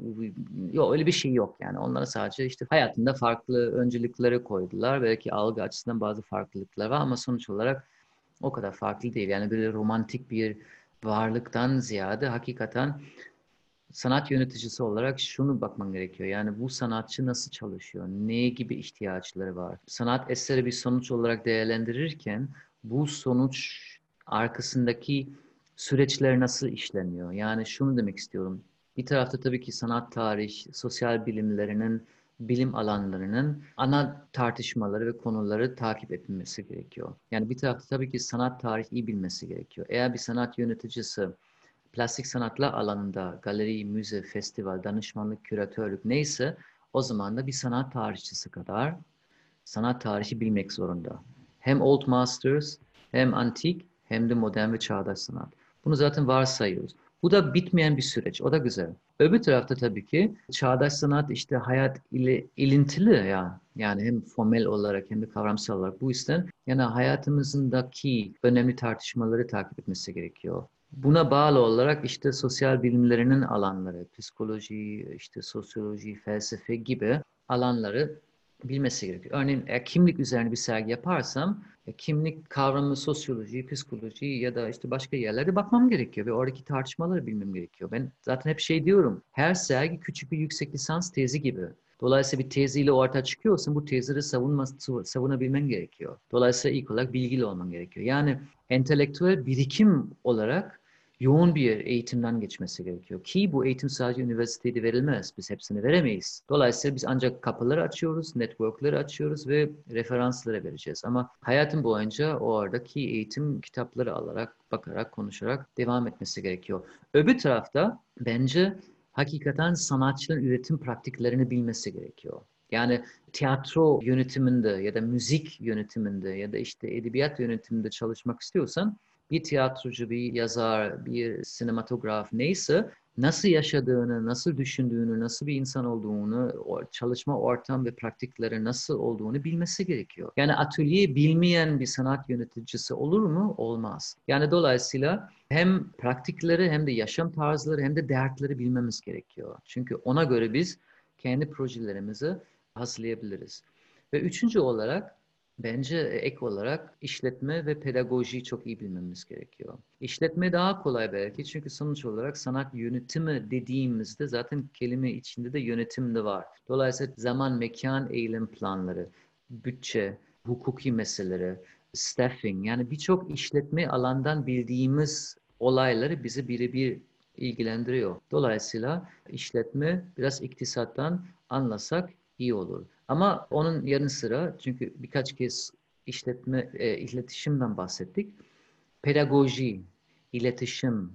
Yok öyle bir şey yok yani. Onlara sadece işte hayatında farklı öncelikleri koydular. Belki algı açısından bazı farklılıklar var ama sonuç olarak o kadar farklı değil. Yani böyle romantik bir varlıktan ziyade hakikaten sanat yöneticisi olarak şunu bakman gerekiyor. Yani bu sanatçı nasıl çalışıyor? Ne gibi ihtiyaçları var? Sanat eseri bir sonuç olarak değerlendirirken bu sonuç arkasındaki süreçler nasıl işleniyor? Yani şunu demek istiyorum. Bir tarafta tabii ki sanat tarih, sosyal bilimlerinin, bilim alanlarının ana tartışmaları ve konuları takip edilmesi gerekiyor. Yani bir tarafta tabii ki sanat tarihi iyi bilmesi gerekiyor. Eğer bir sanat yöneticisi plastik sanatlar alanında galeri, müze, festival, danışmanlık, küratörlük neyse o zaman da bir sanat tarihçisi kadar sanat tarihi bilmek zorunda. Hem Old Masters, hem antik, hem de modern ve çağdaş sanat. Bunu zaten varsayıyoruz. Bu da bitmeyen bir süreç. O da güzel. Öbür tarafta tabii ki çağdaş sanat işte hayat ile ilintili ya. Yani hem formel olarak hem de kavramsal olarak. Bu yüzden yani hayatımızdaki önemli tartışmaları takip etmesi gerekiyor. Buna bağlı olarak işte sosyal bilimlerinin alanları, psikoloji, işte sosyoloji, felsefe gibi alanları bilmesi gerekiyor. Örneğin kimlik üzerine bir sergi yaparsam kimlik kavramı sosyoloji, psikoloji ya da işte başka yerlerde bakmam gerekiyor ve oradaki tartışmaları bilmem gerekiyor. Ben zaten hep şey diyorum. Her sergi küçük bir yüksek lisans tezi gibi. Dolayısıyla bir teziyle ortaya çıkıyorsun, bu tezleri savunabilmen gerekiyor. Dolayısıyla ilk olarak bilgili olman gerekiyor. Yani entelektüel birikim olarak yoğun bir eğitimden geçmesi gerekiyor. Ki bu eğitim sadece üniversitede verilmez. Biz hepsini veremeyiz. Dolayısıyla biz ancak kapıları açıyoruz, networkleri açıyoruz ve referansları vereceğiz. Ama hayatım boyunca o aradaki eğitim kitapları alarak, bakarak, konuşarak devam etmesi gerekiyor. Öbür tarafta bence hakikaten sanatçının üretim pratiklerini bilmesi gerekiyor. Yani tiyatro yönetiminde ya da müzik yönetiminde ya da işte edebiyat yönetiminde çalışmak istiyorsan bir tiyatrocu, bir yazar, bir sinematograf neyse nasıl yaşadığını, nasıl düşündüğünü, nasıl bir insan olduğunu, çalışma ortam ve pratikleri nasıl olduğunu bilmesi gerekiyor. Yani atölye bilmeyen bir sanat yöneticisi olur mu? Olmaz. Yani dolayısıyla hem praktikleri hem de yaşam tarzları hem de dertleri bilmemiz gerekiyor. Çünkü ona göre biz kendi projelerimizi hazırlayabiliriz. Ve üçüncü olarak bence ek olarak işletme ve pedagojiyi çok iyi bilmemiz gerekiyor. İşletme daha kolay belki çünkü sonuç olarak sanat yönetimi dediğimizde zaten kelime içinde de yönetim de var. Dolayısıyla zaman, mekan, eylem planları, bütçe, hukuki meseleleri, staffing yani birçok işletme alandan bildiğimiz olayları bizi birebir ilgilendiriyor. Dolayısıyla işletme biraz iktisattan anlasak iyi olur. Ama onun yanı sıra çünkü birkaç kez iletişimden bahsettik. Pedagoji, iletişim,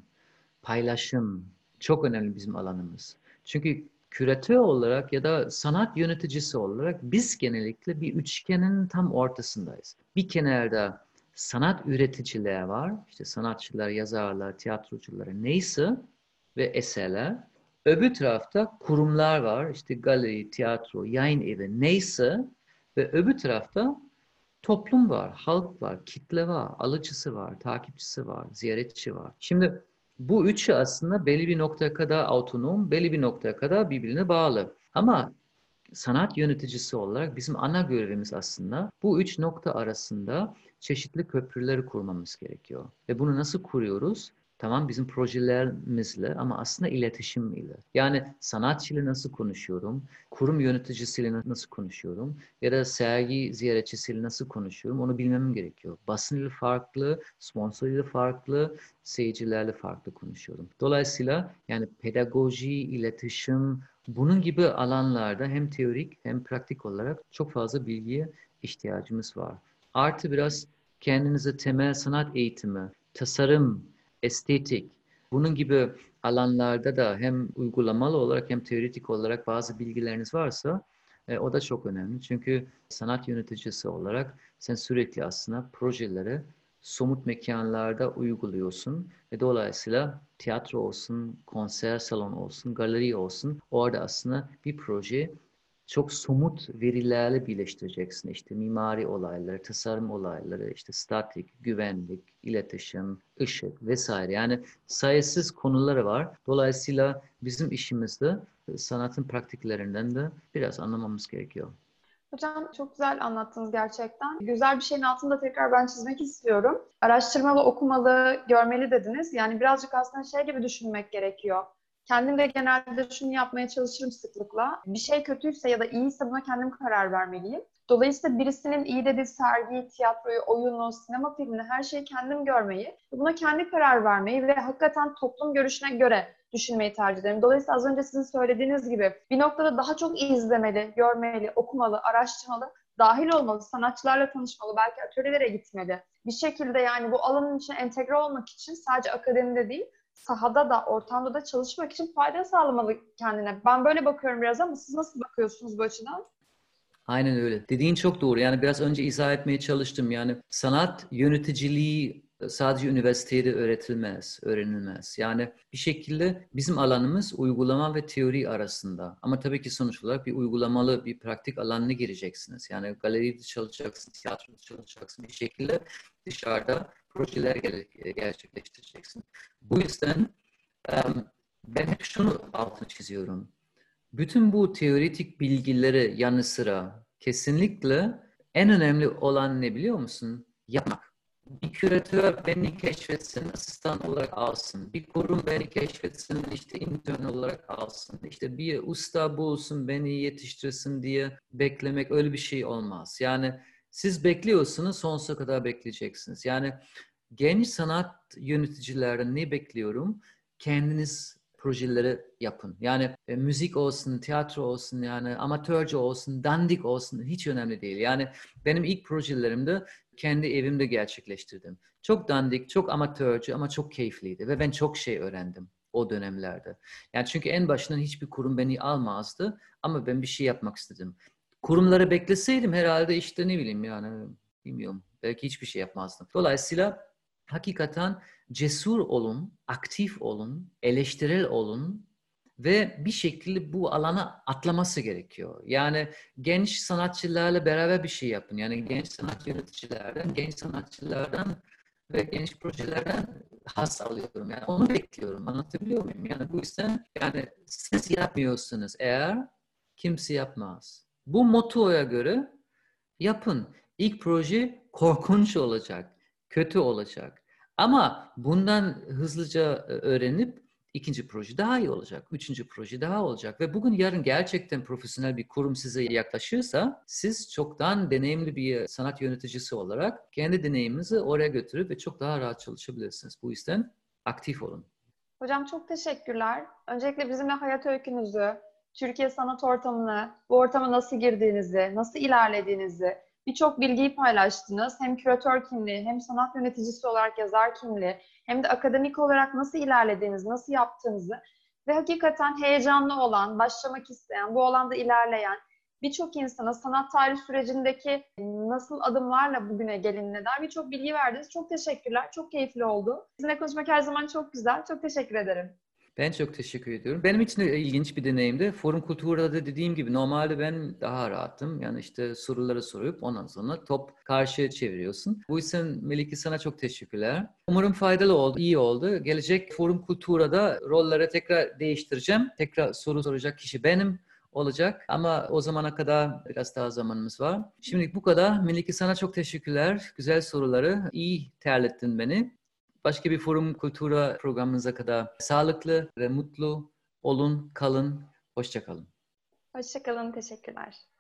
paylaşım çok önemli bizim alanımız. Çünkü küratör olarak ya da sanat yöneticisi olarak biz genellikle bir üçgenin tam ortasındayız. Bir kenarda sanat üreticiler var, işte sanatçılar, yazarlar, tiyatrocular neyse ve eserler. Öbür tarafta kurumlar var, işte galeri, tiyatro, yayın evi neyse ve öbür tarafta toplum var, halk var, kitle var, alıcısı var, takipçisi var, ziyaretçi var. Şimdi bu üçü aslında belli bir noktaya kadar otonom, belli bir noktaya kadar birbirine bağlı. Ama sanat yöneticisi olarak bizim ana görevimiz aslında bu üç nokta arasında çeşitli köprüleri kurmamız gerekiyor. Ve bunu nasıl kuruyoruz? Tamam bizim projelerimizle ama aslında iletişim ile. Yani sanatçıyla nasıl konuşuyorum, kurum yöneticisiyle nasıl konuşuyorum ya da sergi ziyaretçisiyle nasıl konuşuyorum onu bilmem gerekiyor. Basın ile farklı, sponsor ile farklı, seyircilerle farklı konuşuyorum. Dolayısıyla yani pedagoji, iletişim, bunun gibi alanlarda hem teorik hem pratik olarak çok fazla bilgiye ihtiyacımız var. Artı biraz kendinize temel sanat eğitimi, tasarım, estetik, bunun gibi alanlarda da hem uygulamalı olarak hem teoretik olarak bazı bilgileriniz varsa o da çok önemli. Çünkü sanat yöneticisi olarak sen sürekli aslında projeleri somut mekanlarda uyguluyorsun ve dolayısıyla tiyatro olsun, konser salonu olsun, galeri olsun orada aslında bir proje çok somut verilerle birleştireceksin. İşte mimari olayları, tasarım olayları, işte statik, güvenlik, iletişim, ışık vesaire. Yani sayısız konuları var. Dolayısıyla bizim işimizde sanatın praktiklerinden de biraz anlamamız gerekiyor. Hocam çok güzel anlattınız gerçekten. Güzel bir şeyin altında tekrar ben çizmek istiyorum. Araştırmalı, okumalı, görmeli dediniz. Yani birazcık aslında şey gibi düşünmek gerekiyor. Kendim de genelde şunu yapmaya çalışırım sıklıkla. Bir şey kötüyse ya da iyiyse buna kendim karar vermeliyim. Dolayısıyla birisinin iyi dediği sergiyi, tiyatroyu, oyunu, sinema filmini her şeyi kendim görmeyi, buna kendi karar vermeyi ve hakikaten toplum görüşüne göre düşünmeyi tercih ederim. Dolayısıyla az önce sizin söylediğiniz gibi bir noktada daha çok izlemeli, görmeli, okumalı, araştırmalı, dahil olmalı, sanatçılarla tanışmalı, belki atölyelere gitmeli. Bir şekilde yani bu alanın içine entegre olmak için sadece akademide değil, sahada da, ortamda da çalışmak için fayda sağlamalı kendine. Ben böyle bakıyorum biraz ama siz nasıl bakıyorsunuz bu açıdan? Aynen öyle. Dediğin çok doğru. Yani biraz önce izah etmeye çalıştım. Yani sanat yöneticiliği sadece üniversitede öğretilmez, öğrenilmez. Yani bir şekilde bizim alanımız uygulama ve teori arasında. Ama tabii ki sonuç olarak bir uygulamalı, bir praktik alanına gireceksiniz. Yani galeride çalışacaksın, tiyatroda çalışacaksın. Bir şekilde dışarıda projeler gerçekleştireceksin. Bu yüzden ben hep şunu altını çiziyorum. Bütün bu teoretik bilgileri yanı sıra kesinlikle en önemli olan ne biliyor musun? Yapmak. Bir küratör beni keşfetsin, asistan olarak alsın. Bir kurum beni keşfetsin, işte intern olarak alsın. İşte bir usta bulsun, beni yetiştirsin diye beklemek öyle bir şey olmaz. Yani siz bekliyorsunuz, sonsuza kadar bekleyeceksiniz. Yani genç sanat yöneticilerden ne bekliyorum? Kendiniz projeleri yapın. Yani müzik olsun, tiyatro olsun, yani amatörce olsun, dandik olsun hiç önemli değil. Yani benim ilk projelerimde kendi evimde gerçekleştirdim. Çok dandik, çok amatörce ama çok keyifliydi ve ben çok şey öğrendim o dönemlerde. Yani çünkü en başından hiçbir kurum beni almazdı ama ben bir şey yapmak istedim. Kurumları bekleseydim herhalde işte ne bileyim yani bilmiyorum. Belki hiçbir şey yapmazdım. Dolayısıyla hakikaten cesur olun, aktif olun, eleştirel olun ve bir şekilde bu alana atlaması gerekiyor. Yani genç sanatçılarla beraber bir şey yapın. Yani genç sanat yöneticilerden, genç sanatçılardan ve genç projelerden haz alıyorum. Yani onu bekliyorum. Anlatabiliyor muyum? Yani bu yüzden yani siz yapmıyorsunuz eğer kimse yapmaz. Bu mottoya göre yapın. İlk proje korkunç olacak, kötü olacak. Ama bundan hızlıca öğrenip ikinci proje daha iyi olacak, üçüncü proje daha olacak. Ve bugün yarın gerçekten profesyonel bir kurum size yaklaşırsa siz çoktan deneyimli bir sanat yöneticisi olarak kendi deneyiminizi oraya götürüp ve çok daha rahat çalışabilirsiniz. Bu yüzden aktif olun. Hocam çok teşekkürler. Öncelikle bizimle hayat öykünüzü, Türkiye sanat ortamını, bu ortama nasıl girdiğinizi, nasıl ilerlediğinizi, birçok bilgiyi paylaştınız. Hem küratör kimliği, hem sanat yöneticisi olarak yazar kimliği, hem de akademik olarak nasıl ilerlediğinizi, nasıl yaptığınızı ve hakikaten heyecanlı olan, başlamak isteyen, bu alanda ilerleyen birçok insana sanat tarih sürecindeki nasıl adımlarla bugüne gelinine dair birçok bilgi verdiniz. Çok teşekkürler. Çok keyifli oldu. Sizinle konuşmak her zaman çok güzel. Çok teşekkür ederim. Ben çok teşekkür ediyorum. Benim için de ilginç bir deneyimdi. Forum Kultur'da da dediğim gibi normalde ben daha rahatım. Yani işte soruları sorup ondan sonra top karşıya çeviriyorsun. Bu yüzden Melike sana çok teşekkürler. Umarım faydalı oldu, iyi oldu. Gelecek Forum Kultur'da rolleri tekrar değiştireceğim. Tekrar soru soracak kişi benim olacak. Ama o zamana kadar biraz daha zamanımız var. Şimdilik bu kadar. Melike sana çok teşekkürler. Güzel soruları. İyi terlettin beni. Başka bir Forum Kultura programımıza kadar sağlıklı ve mutlu olun, kalın, hoşça kalın. Hoşça kalın. Teşekkürler.